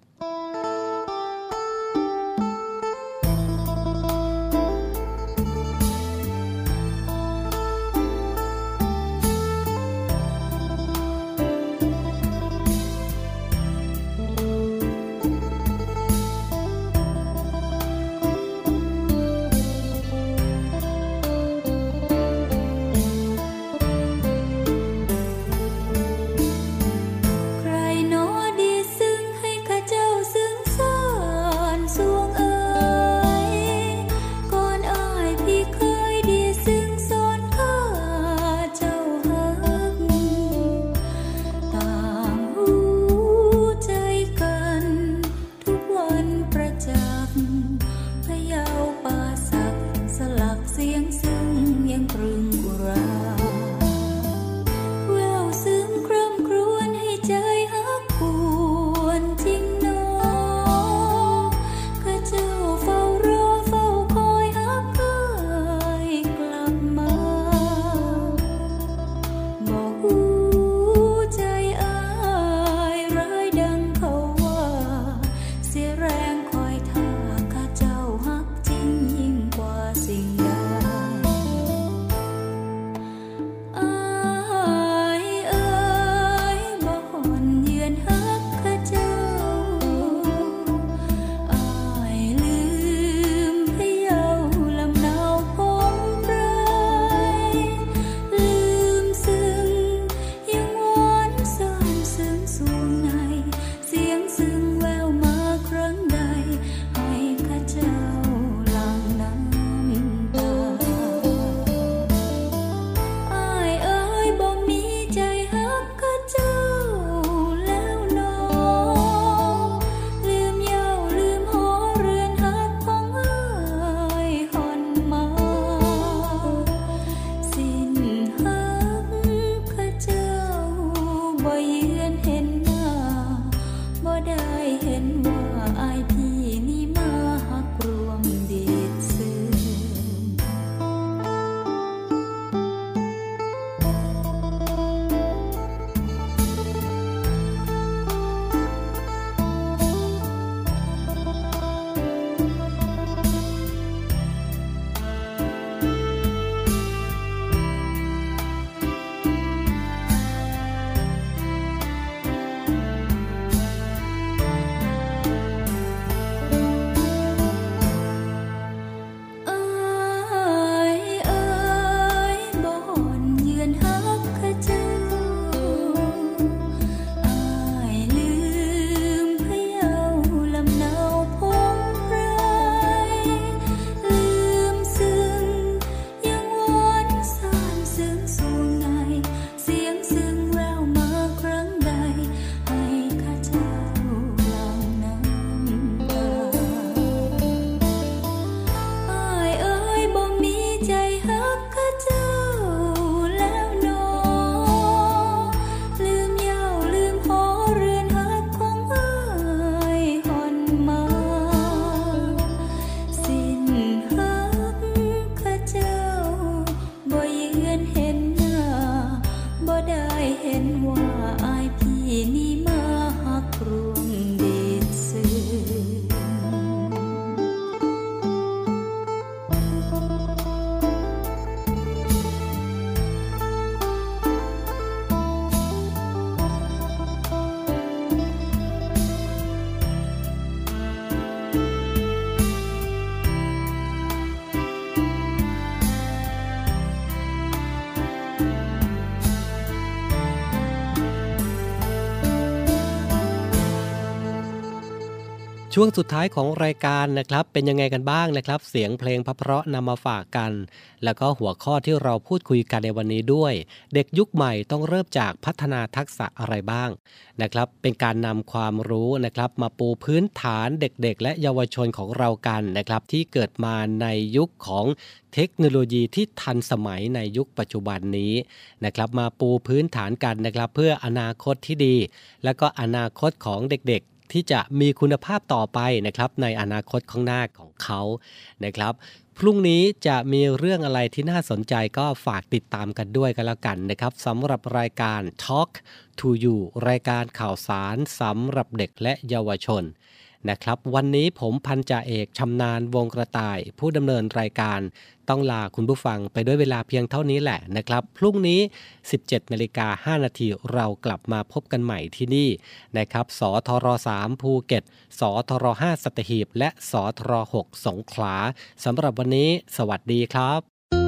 ช่วงสุดท้ายของรายการนะครับเป็นยังไงกันบ้างนะครับเสียงเพลงเพราะๆนำมาฝากกันแล้วก็หัวข้อที่เราพูดคุยกันในวันนี้ด้วยเด็กยุคใหม่ต้องเริ่มจากพัฒนาทักษะอะไรบ้างนะครับเป็นการนำความรู้นะครับมาปูพื้นฐานเด็กๆและเยาวชนของเรากันนะครับที่เกิดมาในยุคของเทคโนโลยีที่ทันสมัยในยุคปัจจุบันนี้นะครับมาปูพื้นฐานกันนะครับเพื่ออนาคตที่ดีและก็อนาคตของเด็กๆที่จะมีคุณภาพต่อไปนะครับในอนาคตข้างหน้าของเขานะครับพรุ่งนี้จะมีเรื่องอะไรที่น่าสนใจก็ฝากติดตามกันด้วยกันแล้วกันนะครับสำหรับรายการ Talk to You รายการข่าวสารสำหรับเด็กและเยาวชนนะครับวันนี้ผมพันจ่าเอกชำนาญวงกระต่ายผู้ดำเนินรายการต้องลาคุณผู้ฟังไปด้วยเวลาเพียงเท่านี้แหละนะครับพรุ่งนี้ สิบเจ็ดนาฬิกาห้านาทีเรากลับมาพบกันใหม่ที่นี่นะครับสทรสามภูเก็ตสทรห้าสัตหีบและสทรหกสงขลาสำหรับวันนี้สวัสดีครับ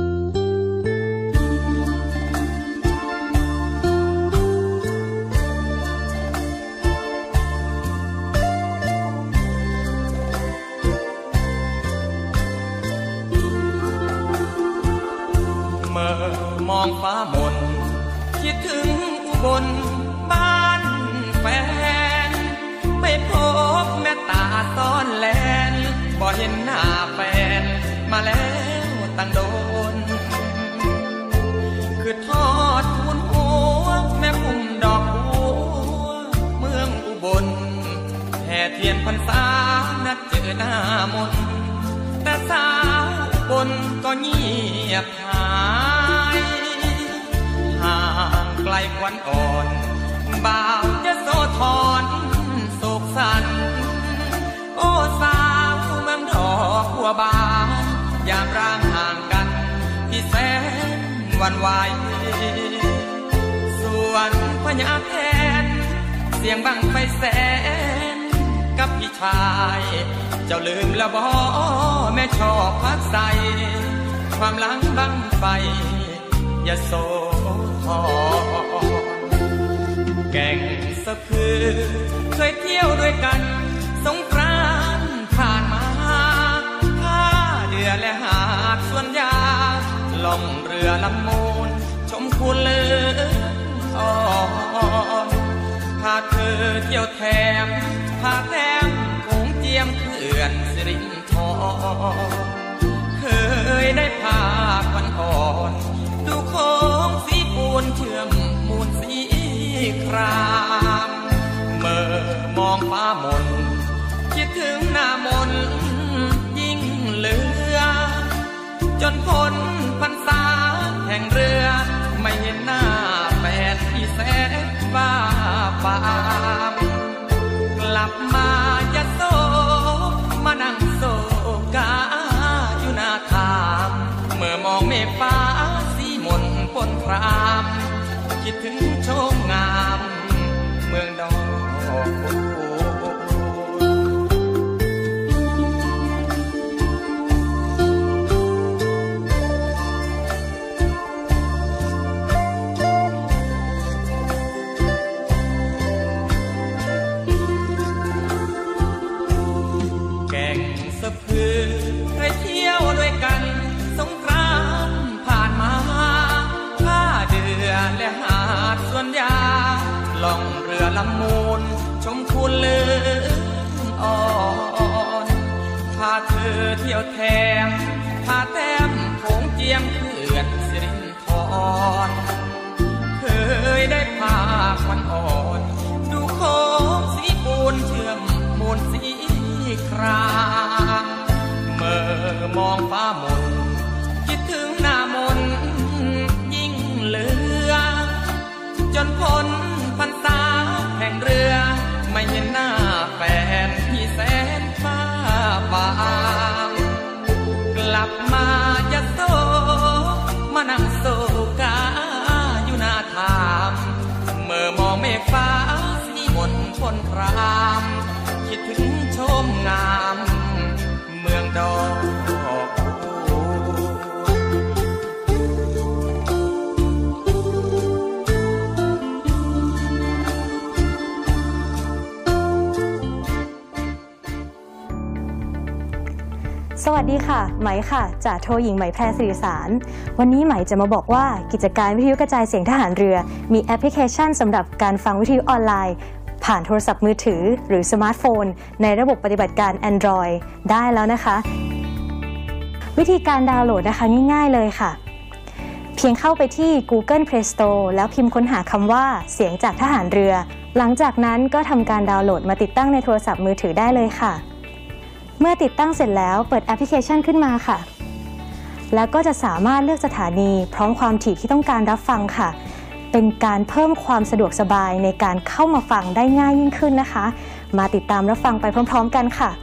มองฟ้ามนคิดถึงอุบลบ้านแฟนไม่พบแม่ตาซ่อนแลนบ่เห็นหน้าแฟนมาแล้วตั้งโดนคือทอดทุนหัวแม่พุ่มดอกบัวเมืองอุบลแห่เทียนพรรษานัดเจอหน้ามนแต่สาวอุบลก็เงียบหายห่างไกลควันอ่อนบ่าวจะโซทอนโศกสันโอ้สาวเมืองดอกบัวบานยามร่างห่างกันที่แสนหวั่นไหวส่วนพญาแทนเสียงบังไฟแสนกับพี่ชายเจ้าลืมละบ่แม่ชอบพักใสความหลังบังไฟอย่าโศกแก่งสะพือเคยเที่ยวด้วยกันสงกรานต์ผ่านมาท่าเดือและหาดสวนยาล่องเรือลำมูลชมคุณเลืออ่อนพาเธอเที่ยวแถมพาแต้มคงเจียมเขื่อนสิรินธรเคยได้พาควันอ่อนดูโค้งสีปูนเชื่อมมูลสีครามเมื่อมองฟ้ามนคิดถึงหน้ามนยิ่งเหลือจนพ้นพรรษาแห่งเรือไม่เห็นหน้าแฟนที่แสนบ้าปามกลับมาจะโศกมานั่งโศกาอยู่หน้าทางเมื่อมองเมฆฟ้าสีมนปนพรามคิดถึงโชมงามเมืองดอกแก่งสะพือเคยเที่ยวด้วยกันสงกรานต์ผ่านมาท่าเดือและหาดสวนยาล่องเรือลำมูลชมคุณเลืออ่อนพาเธอเที่ยวแถมพาแต้มโขงเจียมเขื่อนสิรินธรเคยได้พาควันอ่อนดูโค้งสีปูนเชื่อมมูลสีครามเมื่อมองฟ้ามนคิดถึงหน้ามนยิ่งเหลือจนพ้นพรรษาแห่งเรือไม่เห็นหน้าแฟนที่แสนฟ้าบางกลับมาจะโศกมานั่งโศกาอยู่หน้าทามเมื่อมองเมฆฟ้าสีมนพนพรามคิดถึงชมงามเมืองดอกสวัสดีค่ะไหมค่ะจากโทหญิงไหมแพรศิริสารวันนี้ไหมจะมาบอกว่ากิจการวิทยุกระจายเสียงทหารเรือมีแอปพลิเคชันสำหรับการฟังวิทยุออนไลน์ผ่านโทรศัพท์มือถือหรือสมาร์ทโฟนในระบบปฏิบัติการ Android ได้แล้วนะคะวิธีการดาวน์โหลดนะคะง่ายๆเลยค่ะเพียงเข้าไปที่ Google Play Store แล้วพิมพ์ค้นหาคำว่าเสียงจากทหารเรือหลังจากนั้นก็ทำการดาวน์โหลดมาติดตั้งในโทรศัพท์มือถือได้เลยค่ะเมื่อติดตั้งเสร็จแล้วเปิดแอปพลิเคชันขึ้นมาค่ะแล้วก็จะสามารถเลือกสถานีพร้อมความถี่ที่ต้องการรับฟังค่ะเป็นการเพิ่มความสะดวกสบายในการเข้ามาฟังได้ง่ายยิ่งขึ้นนะคะมาติดตามรับฟังไปพร้อมๆกันค่ะ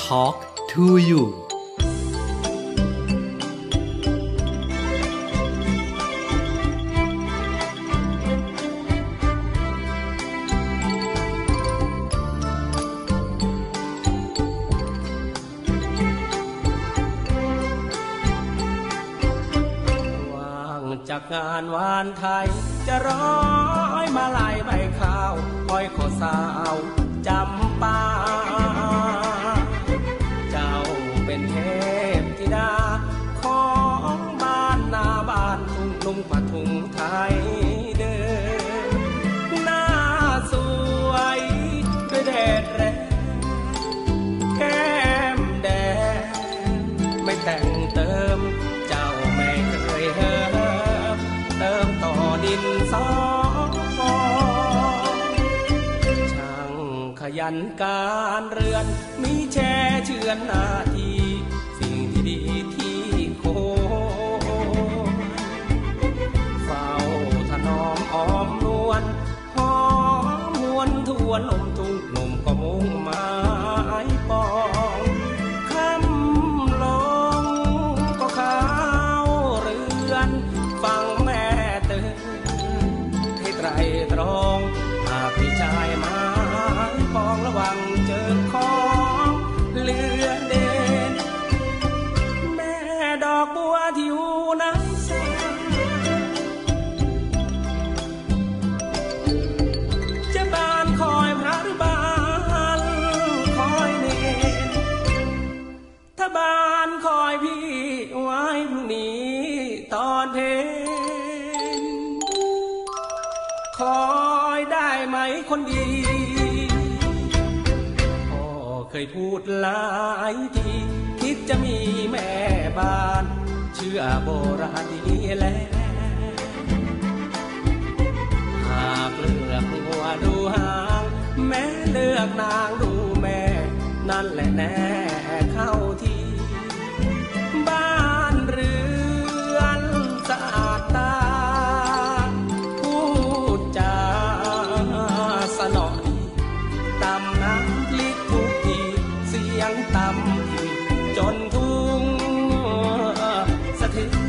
Talk to you จากงานวานไทยจะร้อยมาลายใบข้าวห้อยขอสาวจำปาเจ้าเป็นเทพธิดาของบ้านนาบ้านทุ่งนุ่มกว่าทุ่งไทยเดิมหน้าสวยด้วยแดดแรงแก้มแดงไม่แต่งเติมเจ้าไม่เคยเหิมเติมต่อดินสอช่างขยันการเรือนมีแช่เชือนนาทีสิ่งที่ดีที่โคเฝ้าถนอมอ้อมนวลหอมมวนทวนลมทุ่งหนุ่มก็มุ่งหมายปองคำลงก็เข้าเรือนฟังแม่เตือนให้ไตรตรองหากพี่ชายมาปองระวังเจอของเหลือเด่นแม่ดอกบัวที่อยู่ในสายจะบานคอยพระหรือบานคอยเนรถ้าบานคอยพี่ไว้พรุ่งนี้ตอนเพลงคอยได้ไหมคนดีพ่อเคยพูดหลายทีคิดจะมีแม่บ้านเชื่อโบราณดีแล้วหากเลือกหัวดูหางแม่เลือกนางดูแม่นั่นแหละแน่เข้าทีบ้านเรือนสะอาดตาพูดจาสนอดีตำน้ำพลิกทุกทีเสียงตำทีจนทุ่งสะเทือน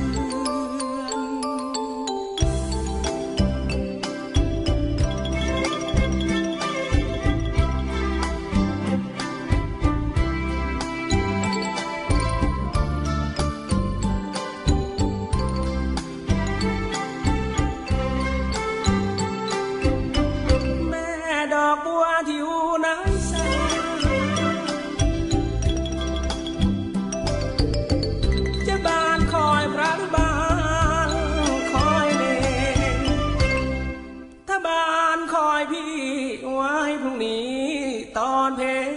แม่ดอกบัวที่อยู่ในสายจะบานคอยพระหรือบานคอยเนรถ้าบานคอยพี่ไว้พรุ่งนี้ตอนเพลง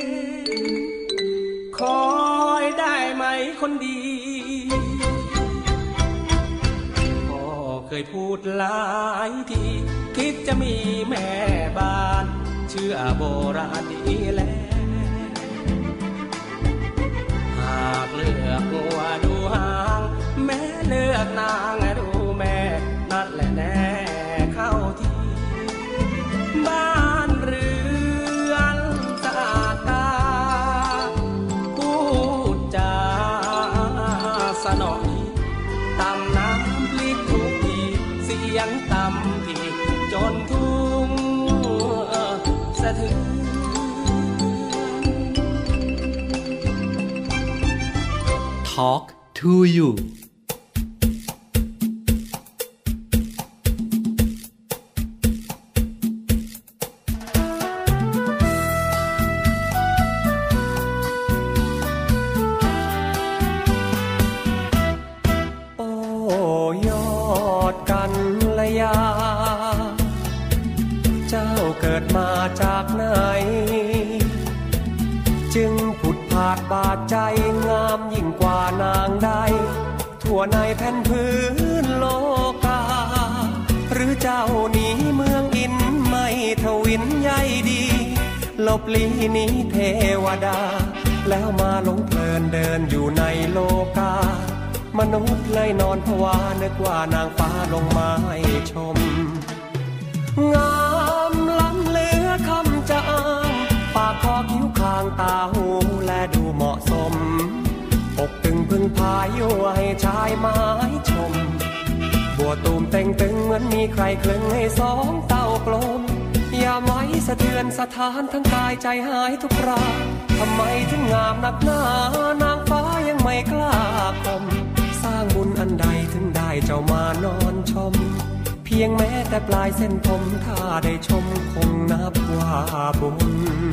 คอยได้ไหมคนดีพ่อเคยพูดหลายทีคิดจะมีแม่บ้านเชื่อโบราณดีแล้วหากเลือกหัวดูหางแม่เลือกนางดูแม่นั่นแหละแน่เข้าทีบ้านเรือนสะอาดตาพูดจาสนอดีตำน้ำพลิกทุกทีเสียงตำทีจนทุ่งสะเทือน Talk to you โอ้ยอดกันระยาเจ้าเกิดมาจากไหนจึงผุดผาดบาดใจงามยิ่งกว่านางใดทั่วในแผ่นพื้นโลกาหรือเจ้าหนีเมืองอินไม่ทวินใยดีหลบลี้หนีเทวดาแล้วมาหลงเพลินเดินอยู่ในโลกามนุษย์เลยนอนภาวะนึกว่านางฟ้าลงมาให้ชมงามล้ำเหลือคำจะอ้างปากคอคิ้วคางตาหูและดูใครเคลื่อนให้สองเต้ากลมอย่าไว้สะเทือนสถานทั้งกายใจหายทุกคราทำไมถึงงามนักหนานางฟ้ายังไม่กล้าคมสร้างบุญอันใดถึงได้เจ้ามานอนชมเพียงแม้แต่ปลายเส้นผมถ้าได้ชมคงนับว่าบุญ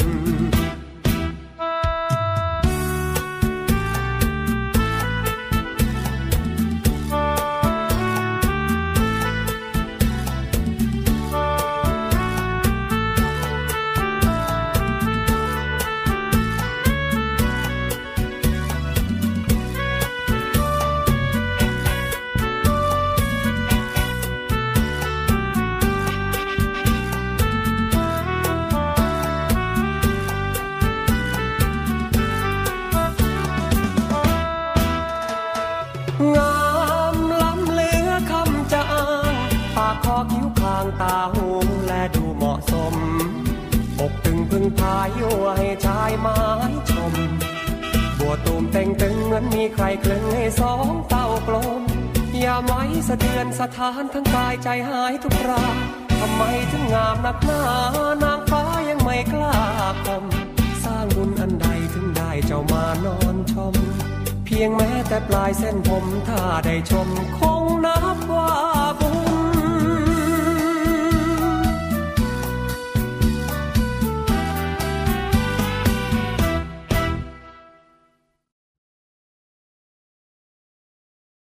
ตาหูและดูเหมาะสมอกตึงพึงพายยั่วให้ชายไม้ชมบัวตูมเต่งตึงเหมือนมีใครเคลื่อนให้สองเต้ากลมอย่าไว้สะเทือนสถานทั้งกายใจหายทุกคราทำไมถึงงามนักหนานางฟ้ายังไม่กล้าคมสร้างบุญอันใดถึงได้เจ้ามานอนชมเพียงแม้แต่ปลายเส้นผมถ้าได้ชมคงนับ